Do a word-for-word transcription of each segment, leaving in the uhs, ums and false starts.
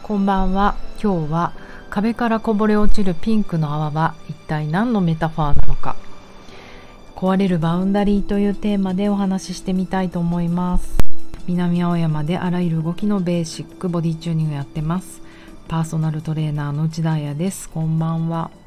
こんばんは。今日は壁からこぼれ落ちるピンクの泡は一体何のメタファーなのか、壊れるバウンダリーというテーマでお話ししてみたいと思います。南青山であらゆる動きのベーシックボディチューニングやってます。パーソナルトレーナーの内田彩です。こんばんは。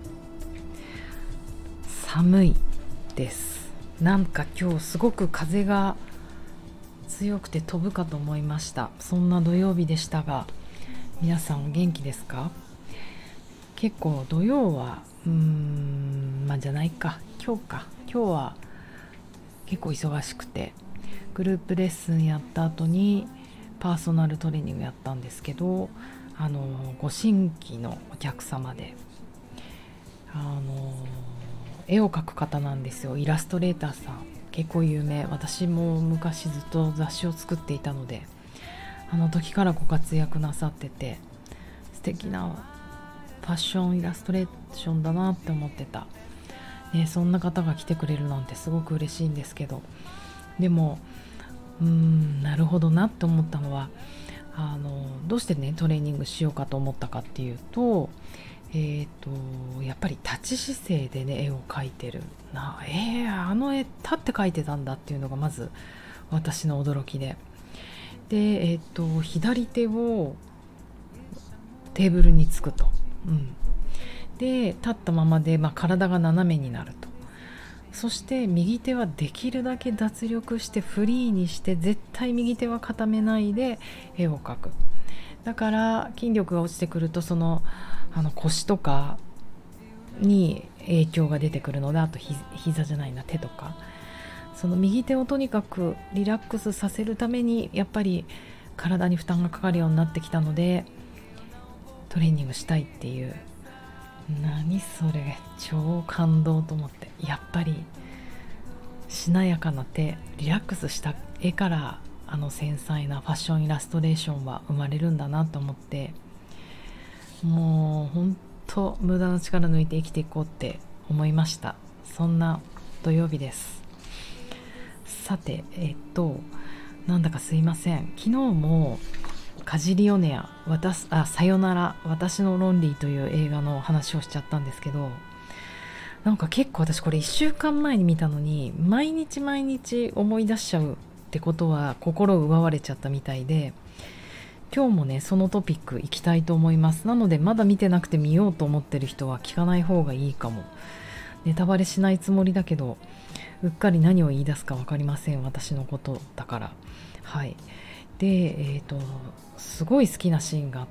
寒いです。なんか今日すごく風が強くて飛ぶかと思いました。そんな土曜日でしたが、皆さんお元気ですか？結構土曜はうーんまあじゃないか今日か今日は結構忙しくて、グループレッスンやった後にパーソナルトレーニングやったんですけど、あのご新規のお客様であの絵を描く方なんですよ。イラストレーターさん、結構有名。私も昔ずっと雑誌を作っていたので、あの時からご活躍なさってて、素敵なファッションイラストレーションだなって思ってた、ね、そんな方が来てくれるなんてすごく嬉しいんですけど、でもうーんなるほどなって思ったのは、あのどうしてねトレーニングしようかと思ったかっていうと、えーとやっぱり立ち姿勢でね絵を描いてるな、えー、あの絵立って描いてたんだっていうのがまず私の驚きで、で、えーと左手をテーブルにつくと、うん、で立ったままで、まあ、体が斜めになると。そして右手はできるだけ脱力してフリーにして、絶対右手は固めないで絵を描く。だから筋力が落ちてくると、その、あの腰とかに影響が出てくるので、あとひ膝じゃないな手とか、その右手をとにかくリラックスさせるためにやっぱり体に負担がかかるようになってきたので、トレーニングしたいっていう、何それ超感動と思って、やっぱりしなやかな手、リラックスした絵からあの繊細なファッションイラストレーションは生まれるんだなと思って、もう本当無駄な力抜いて生きていこうって思いました。そんな土曜日です。さて、えっとなんだかすいません。昨日もカジリオネア、私あさよなら私のロンリーという映画の話をしちゃったんですけど、なんか結構私これいっしゅうかんまえに見たのに、毎日毎日思い出しちゃうってことは心を奪われちゃったみたいで、今日もねそのトピックいきたいと思います。なのでまだ見てなくて見ようと思ってる人は聞かない方がいいかも。ネタバレしないつもりだけど、うっかり何を言い出すか分かりません、私のことだから。はい。で、えーと、すごい好きなシーンがあって、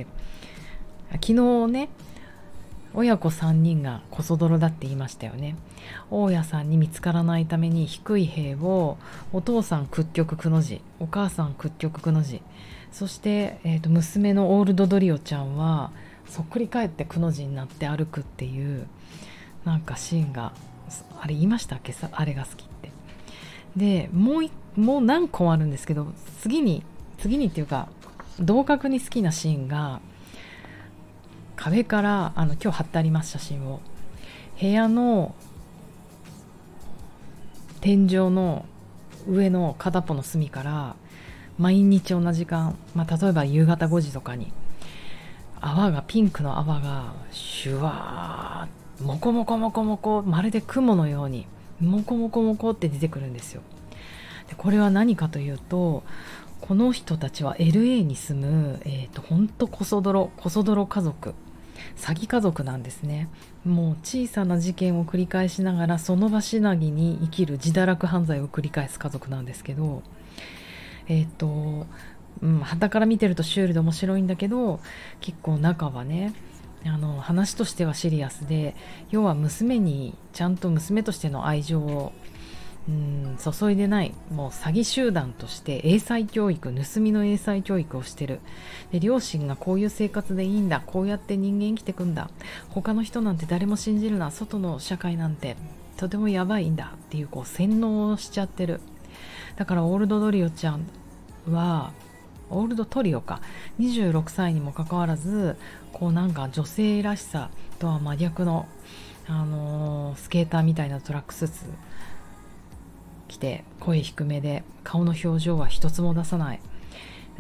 昨日ね親子さんにんがコソ泥だって言いましたよね。大家さんに見つからないために低い塀をお父さん屈曲くの字、お母さん屈曲くの字、そして、えーと、娘のオールドドリオちゃんはそっくり返ってくの字になって歩くっていう、なんかシーンがあれ言いましたっけ、さあれが好きって。でもうもう何個もあるんですけど、次に次にっていうか同格に好きなシーンが、壁からあの今日貼ってあります写真を、部屋の天井の上の片っぽの隅から毎日同じ時間、まあ、例えば夕方ごじとかに泡がピンクの泡がシュワーモコモコモコモコ、まるで雲のようにモコモコモコって出てくるんですよ。でこれは何かというと、この人たちは エルエー に住む、えーと、ほんとコソ泥コソ泥家族、詐欺家族なんですね。もう小さな事件を繰り返しながらその場しなぎに生きる自堕落犯罪を繰り返す家族なんですけど、えっとうん、傍から見てるとシュールで面白いんだけど、結構中はね、あの話としてはシリアスで、要は娘にちゃんと娘としての愛情をうん注いでない、もう詐欺集団として英才教育、盗みの英才教育をしてる。で両親がこういう生活でいいんだ、こうやって人間生きてくんだ、他の人なんて誰も信じるな、外の社会なんてとてもやばいんだっていう、こう洗脳しちゃってる。だからオールドドリオちゃんはオールドトリオかにじゅうろくさいにもかかわらず、こうなんか女性らしさとは真逆の、あのー、スケーターみたいなトラックスーツ着て、声低めで顔の表情は一つも出さない。 うん、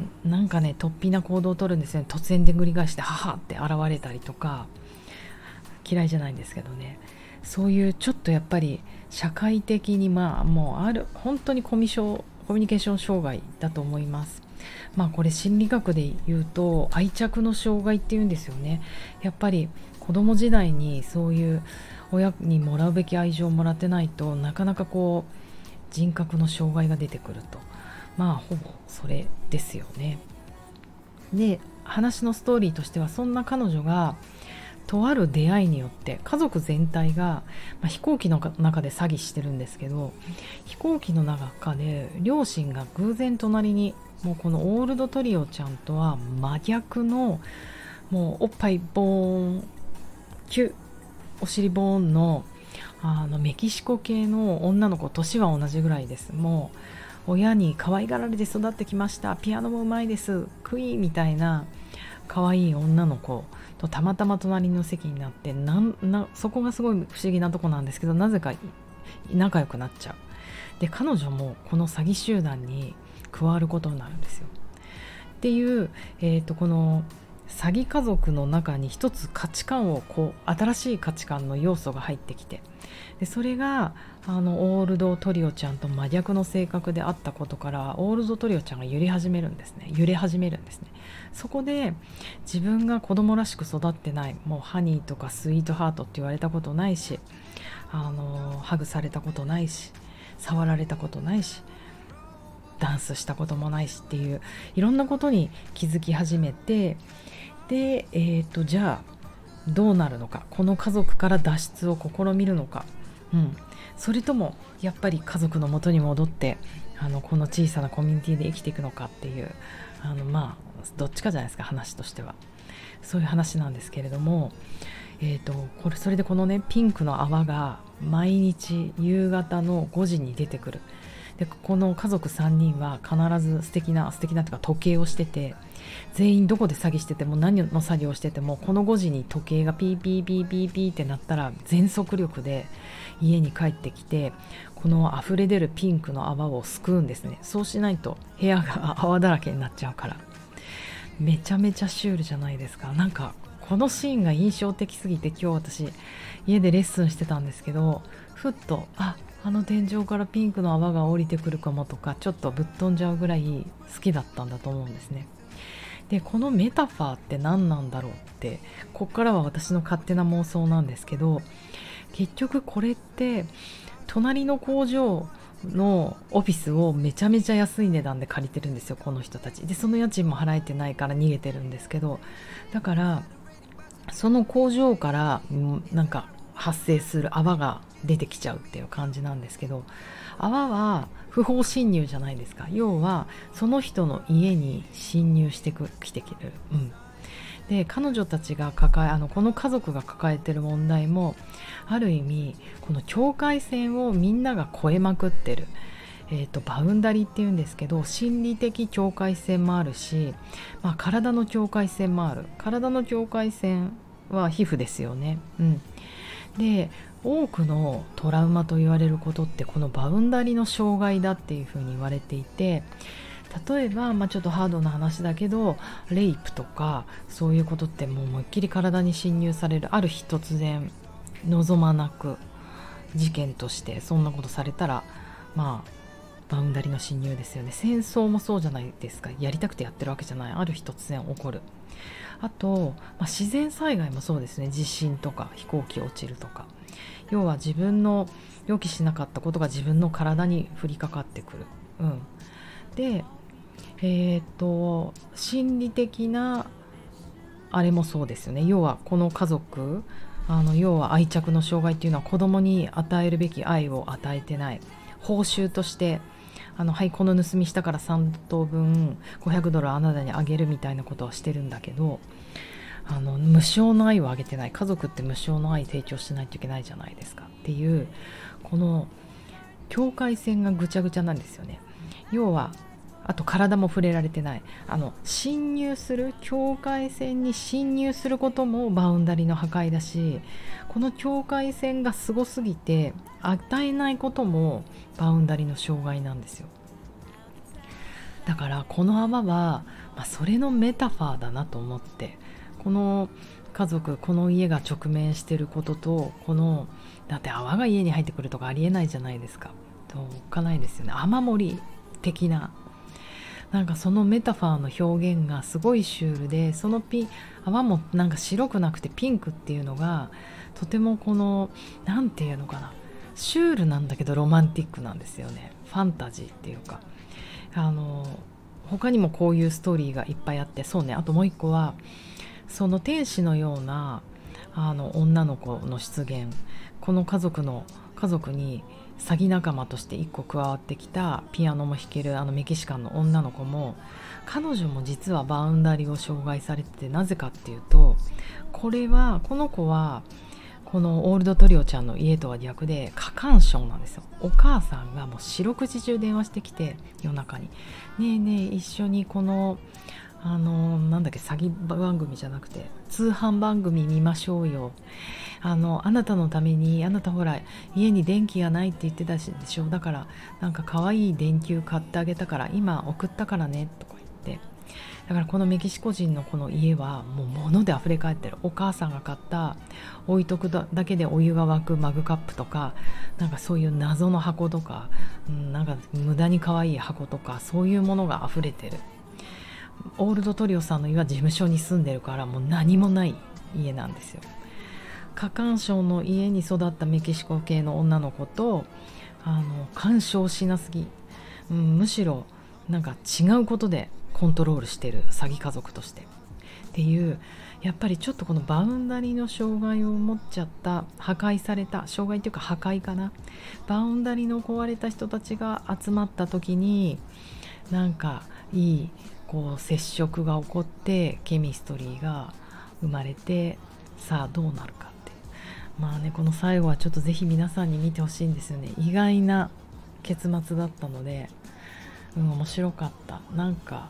なんかね突飛な行動をとるんですよね。突然でんぐり返してははって現れたりとか、嫌いじゃないんですけどね。そういうちょっとやっぱり社会的にまあもうある本当にコミュ障コミュニケーション障害だと思います。まあこれ心理学で言うと愛着の障害っていうんですよね。やっぱり子供時代にそういう親にもらうべき愛情をもらってないとなかなかこう人格の障害が出てくると、まあほぼそれですよね。で話のストーリーとしては、そんな彼女がとある出会いによって家族全体が、まあ、飛行機の中で詐欺してるんですけど、飛行機の中で両親が偶然隣に、もうこのオールドトリオちゃんとは真逆の、もうおっぱいボーンキュッお尻ボーンのあのメキシコ系の女の子、年は同じぐらいです。もう親に可愛がられて育ってきました、ピアノもうまいですクイーンみたいな可愛い女の子とたまたま隣の席になって、なんなそこがすごい不思議なとこなんですけど、なぜか仲良くなっちゃう。で彼女もこの詐欺集団に加わることになるんですよ。っていう、えーと、この詐欺家族の中に一つ価値観をこう新しい価値観の要素が入ってきて、でそれがあのオールドトリオちゃんと真逆の性格であったことから、オールドトリオちゃんが揺れ始めるんですね揺れ始めるんですね。そこで自分が子供らしく育ってない、もうハニーとかスイートハートって言われたことないし、あのハグされたことないし、触られたことないし、ダンスしたこともないしっていういろんなことに気づき始めて、で、えーと、じゃあどうなるのか、この家族から脱出を試みるのか、うん、それともやっぱり家族の元に戻ってあのこの小さなコミュニティで生きていくのかっていう、あのまあどっちかじゃないですか、話としては。そういう話なんですけれども、えーと、これそれでこのねピンクの泡が毎日夕方のごじに出てくる。でこの家族さんにんは必ず素敵な素敵なというか時計をしてて、全員どこで詐欺してても何の作業をしててもこのごじに時計がピーピーピーピーピーってなったら全速力で家に帰ってきて、この溢れ出るピンクの泡をすくうんですね。そうしないと部屋が泡だらけになっちゃうから。めちゃめちゃシュールじゃないですか。なんかこのシーンが印象的すぎて、今日私家でレッスンしてたんですけど、ふっとああの天井からピンクの泡が降りてくるかもとか、ちょっとぶっ飛んじゃうぐらい好きだったんだと思うんですね。でこのメタファーって何なんだろうって、ここからは私の勝手な妄想なんですけど、結局これって隣の工場のオフィスをめちゃめちゃ安い値段で借りてるんですよ、この人たちで。その家賃も払えてないから逃げてるんですけど、だからその工場からなんか発生する泡が出てきちゃうっていう感じなんですけど、泡は不法侵入じゃないですか。要はその人の家に侵入してくきてくる、うん、で彼女たちが抱えあのこの家族が抱えてる問題もある意味この境界線をみんなが越えまくってる、えーと、バウンダリーっていうんですけど、心理的境界線もあるし、まあ、体の境界線もある。体の境界線は皮膚ですよね、うん、で多くのトラウマと言われることってこのバウンダリの障害だっていうふうに言われていて、例えば、まあ、ちょっとハードな話だけどレイプとかそういうことってもう思いっきり体に侵入される。ある日突然望まなく事件としてそんなことされたら、まあバウンダリの侵入ですよね。戦争もそうじゃないですか。やりたくてやってるわけじゃない。ある日突然起こる。あと、まあ、自然災害もそうですね。地震とか飛行機落ちるとか、要は自分の予期しなかったことが自分の体に降りかかってくる、うん、でえーと心理的なあれもそうですよね。要はこの家族、あの要は愛着の障害っていうのは子供に与えるべき愛を与えてない。報酬としてあのはいこの盗みしたからさん等分ごひゃくドルあなたにあげるみたいなことはしてるんだけど、あの無償の愛をあげてない。家族って無償の愛提供しないといけないじゃないですかっていう、この境界線がぐちゃぐちゃなんですよね。要はあと体も触れられてない。あの侵入する境界線に侵入することもバウンダリの破壊だし、この境界線がすごすぎて与えないこともバウンダリの障害なんですよ。 だからこの泡は、まあ、それのメタファーだなと思って、この家族、この家が直面してることと、このだって泡が家に入ってくるとかありえないじゃないですか。とおっかないですよね。雨漏り的な、なんかそのメタファーの表現がすごいシュールで、そのピ泡もなんか白くなくてピンクっていうのがとてもこのなんていうのかな、シュールなんだけどロマンティックなんですよね。ファンタジーっていうか、あの他にもこういうストーリーがいっぱいあって、そうね、あともう一個はその天使のようなあの女の子の出現、この家族の家族に詐欺仲間として一個加わってきたピアノも弾けるあのメキシカンの女の子も、彼女も実はバウンダリを障害されてて、なぜかっていうと、これはこの子はこのオールドトリオちゃんの家とは逆で過干渉なんですよ。お母さんがもう四六時中電話してきて、夜中にねえねえ一緒にこのあのなんだっけ、詐欺番組じゃなくて通販番組見ましょうよ、あのあなたのために、あなたほら家に電気がないって言ってたでしょ、だからなんか可愛い電球買ってあげたから今送ったからねとか言って、だからこのメキシコ人のこの家はもう物で溢れ返ってる。お母さんが買った置いとくだけでお湯が沸くマグカップとか、なんかそういう謎の箱とか、うん、なんか無駄に可愛い箱とか、そういうものが溢れてる。オールドトリオさんの家は事務所に住んでるからもう何もない家なんですよ。過干渉の家に育ったメキシコ系の女の子と、あの干渉しなすぎ、うん、むしろなんか違うことでコントロールしてる詐欺家族としてっていう、やっぱりちょっとこのバウンダリの障害を持っちゃった、破壊された障害っていうか破壊かな、バウンダリの壊れた人たちが集まった時に、なんかいいこう接触が起こってケミストリーが生まれて、さあどうなるかって、まあね、この最後はちょっとぜひ皆さんに見てほしいんですよね。意外な結末だったので、うん、面白かった。なんか、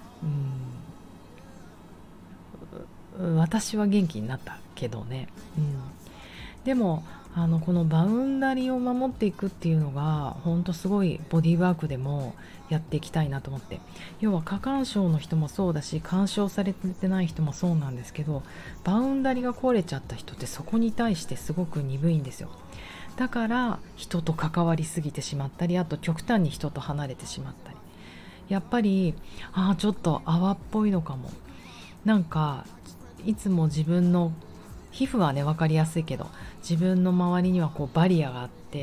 うん、私は元気になったけどね、うん、でもあのこのバウンダリーを守っていくっていうのが本当すごいボディーワークでもやっていきたいなと思って、要は過干渉の人もそうだし、干渉されてない人もそうなんですけど、バウンダリーが壊れちゃった人ってそこに対してすごく鈍いんですよ。だから人と関わりすぎてしまったり、あと極端に人と離れてしまったり、やっぱりああちょっと泡っぽいのかも。なんかいつも自分の皮膚はね分かりやすいけど、自分の周りにはこうバリアがあって、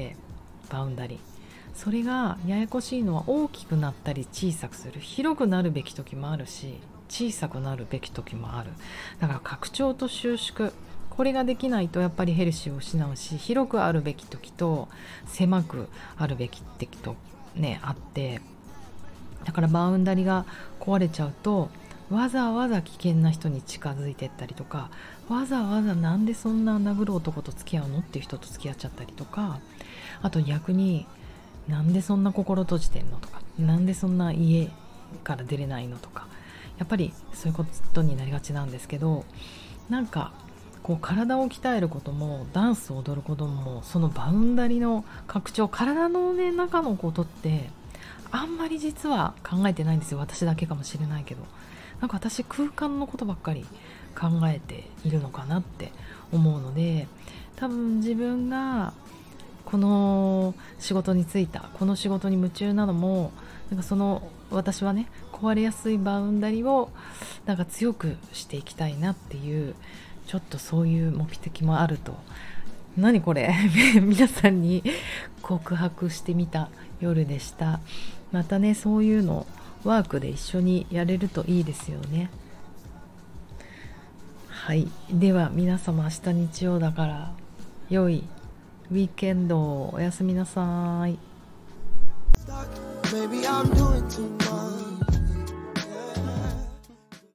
バウンダリー、それがややこしいのは大きくなったり小さくする、広くなるべき時もあるし小さくなるべき時もある。だから拡張と収縮、これができないとやっぱりヘルシーを失うし、広くあるべき時と狭くあるべき時とねあって、だからバウンダリが壊れちゃうとわざわざ危険な人に近づいていったりとか、わざわざなんでそんな殴る男と付き合うのっていう人と付き合っちゃったりとか、あと逆になんでそんな心閉じてんのとか、なんでそんな家から出れないのとか、やっぱりそういうことになりがちなんですけど、なんかこう体を鍛えることもダンスを踊ることも、そのバウンダリの拡張、体の、ね、中のことってあんまり実は考えてないんですよ。私だけかもしれないけど、なんか私空間のことばっかり考えているのかなって思うので、多分自分がこの仕事に就いた、この仕事に夢中なのも、なんかその私はね壊れやすいバウンダリをなんか強くしていきたいなっていう、ちょっとそういう目的もあると。何これ皆さんに告白してみた夜でした。またねそういうのワークで一緒にやれるといいですよね。はい、では皆様明日日曜だから良いウィーケンドをおやすみなさい。Maybe I'm doing too much.